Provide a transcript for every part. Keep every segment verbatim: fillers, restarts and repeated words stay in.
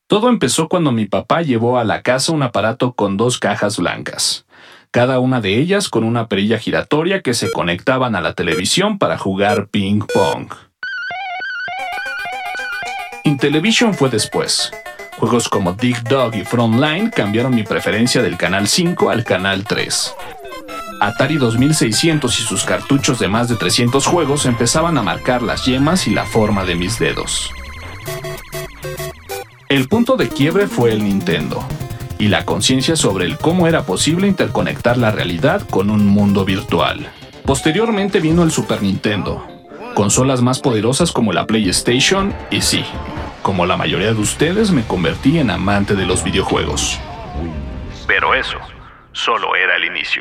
Todo empezó cuando mi papá llevó a la casa un aparato con dos cajas blancas, cada una de ellas con una perilla giratoria que se conectaban a la televisión para jugar ping pong. Intellivision fue después. Juegos como Dig Dug y Frontline cambiaron mi preferencia del canal cinco al canal tres. Atari dos mil seiscientos y sus cartuchos de más de trescientos juegos empezaban a marcar las yemas y la forma de mis dedos. El punto de quiebre fue el Nintendo, y la conciencia sobre el cómo era posible interconectar la realidad con un mundo virtual. Posteriormente vino el Super Nintendo, consolas más poderosas como la PlayStation, y sí, como la mayoría de ustedes me convertí en amante de los videojuegos. Pero eso solo era el inicio.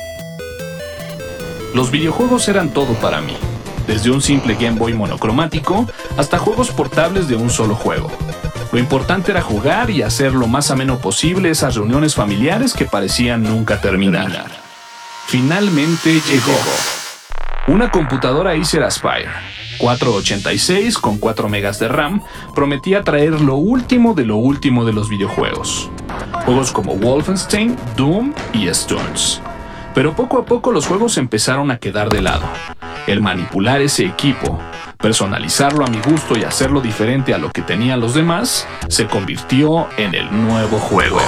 Los videojuegos eran todo para mí, desde un simple Game Boy monocromático hasta juegos portables de un solo juego. Lo importante era jugar y hacer lo más ameno posible esas reuniones familiares que parecían nunca terminar. Finalmente llegó una computadora Acer Aspire cuatrocientos ochenta y seis con cuatro megas de RAM. Prometía traer lo último de lo último de los videojuegos. Juegos como Wolfenstein, Doom y Stones. Pero poco a poco los juegos empezaron a quedar de lado. El manipular ese equipo, personalizarlo a mi gusto y hacerlo diferente a lo que tenían los demás, se convirtió en el nuevo juego.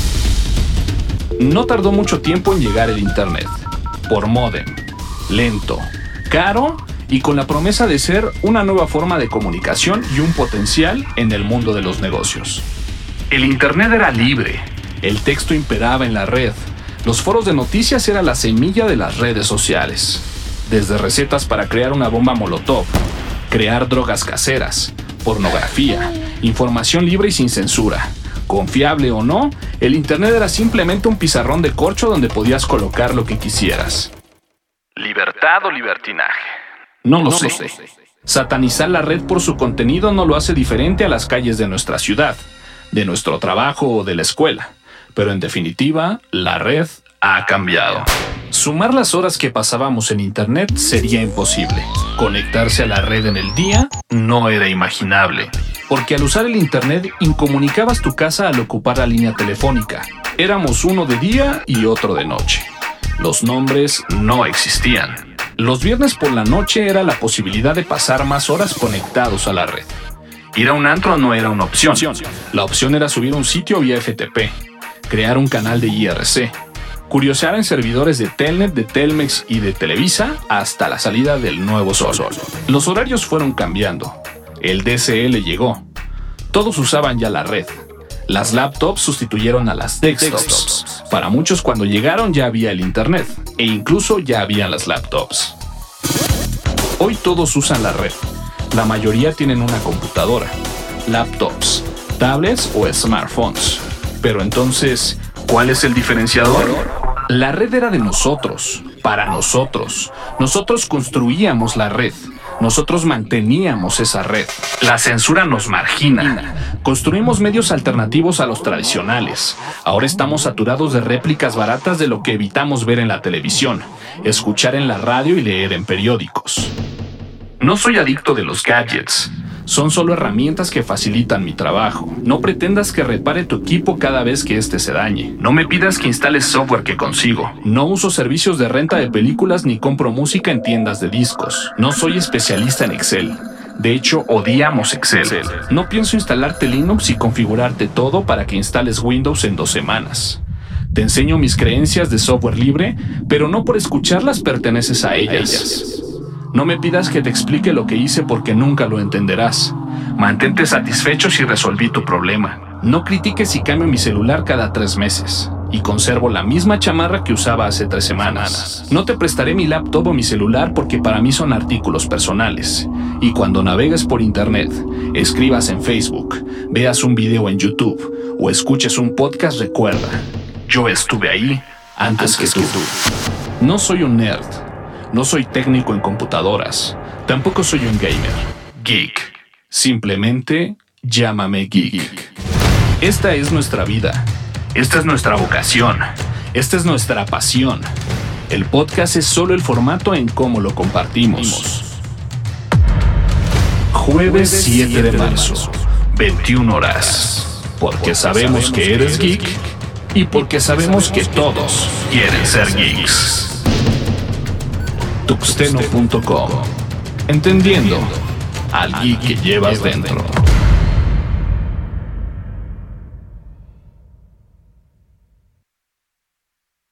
No tardó mucho tiempo en llegar el Internet, por módem, lento, caro y con la promesa de ser una nueva forma de comunicación y un potencial en el mundo de los negocios. El Internet era libre, el texto imperaba en la red, los foros de noticias eran la semilla de las redes sociales. Desde recetas para crear una bomba molotov, crear drogas caseras, pornografía, información libre y sin censura. Confiable o no, el Internet era simplemente un pizarrón de corcho donde podías colocar lo que quisieras. ¿Libertad o libertinaje? No lo, no sé. lo sé. Satanizar la red por su contenido no lo hace diferente a las calles de nuestra ciudad, de nuestro trabajo o de la escuela. Pero en definitiva, la red ha cambiado. Sumar las horas que pasábamos en Internet sería imposible. Conectarse a la red en el día no era imaginable, porque al usar el Internet incomunicabas tu casa al ocupar la línea telefónica. Éramos uno de día y otro de noche. Los nombres no existían. Los viernes por la noche era la posibilidad de pasar más horas conectados a la red. Ir a un antro no era una opción. La opción era subir un sitio vía F T P, crear un canal de I R C, curiosear en servidores de Telnet, de Telmex y de Televisa hasta la salida del nuevo sol. Los horarios fueron cambiando. El D S L llegó. Todos usaban ya la red. Las laptops sustituyeron a las desktops. Para muchos cuando llegaron ya había el Internet e incluso ya habían las laptops. Hoy todos usan la red. La mayoría tienen una computadora, laptops, tablets o smartphones. Pero entonces, ¿cuál es el diferenciador? La red era de nosotros, para nosotros. Nosotros construíamos la red. Nosotros manteníamos esa red. La censura nos margina. Construimos medios alternativos a los tradicionales. Ahora estamos saturados de réplicas baratas de lo que evitamos ver en la televisión, escuchar en la radio y leer en periódicos. No soy adicto de los gadgets. Son solo herramientas que facilitan mi trabajo. No pretendas que repare tu equipo cada vez que éste se dañe. No me pidas que instales software que consigo. No uso servicios de renta de películas ni compro música en tiendas de discos. No soy especialista en Excel. De hecho, odiamos Excel. No pienso instalarte Linux y configurarte todo para que instales Windows en dos semanas. Te enseño mis creencias de software libre, pero no por escucharlas perteneces a ellas. No me pidas que te explique lo que hice porque nunca lo entenderás. Mantente satisfecho si resolví tu problema. No critiques si cambio mi celular cada tres meses y conservo la misma chamarra que usaba hace tres semanas. No te prestaré mi laptop o mi celular porque para mí son artículos personales. Y cuando navegues por internet, escribas en Facebook, veas un video en YouTube o escuches un podcast, recuerda, yo estuve ahí antes, antes que, que tú. No soy un nerd. No soy técnico en computadoras. Tampoco soy un gamer. Geek. Simplemente llámame geek. Esta es nuestra vida. Esta es nuestra vocación. Esta es nuestra pasión. El podcast es solo el formato en cómo lo compartimos. Jueves siete de marzo, veintiuna horas. Porque sabemos que eres geek y porque sabemos que todos quieren ser geeks. Tuxteno punto com. Entendiendo al geek que llevas dentro.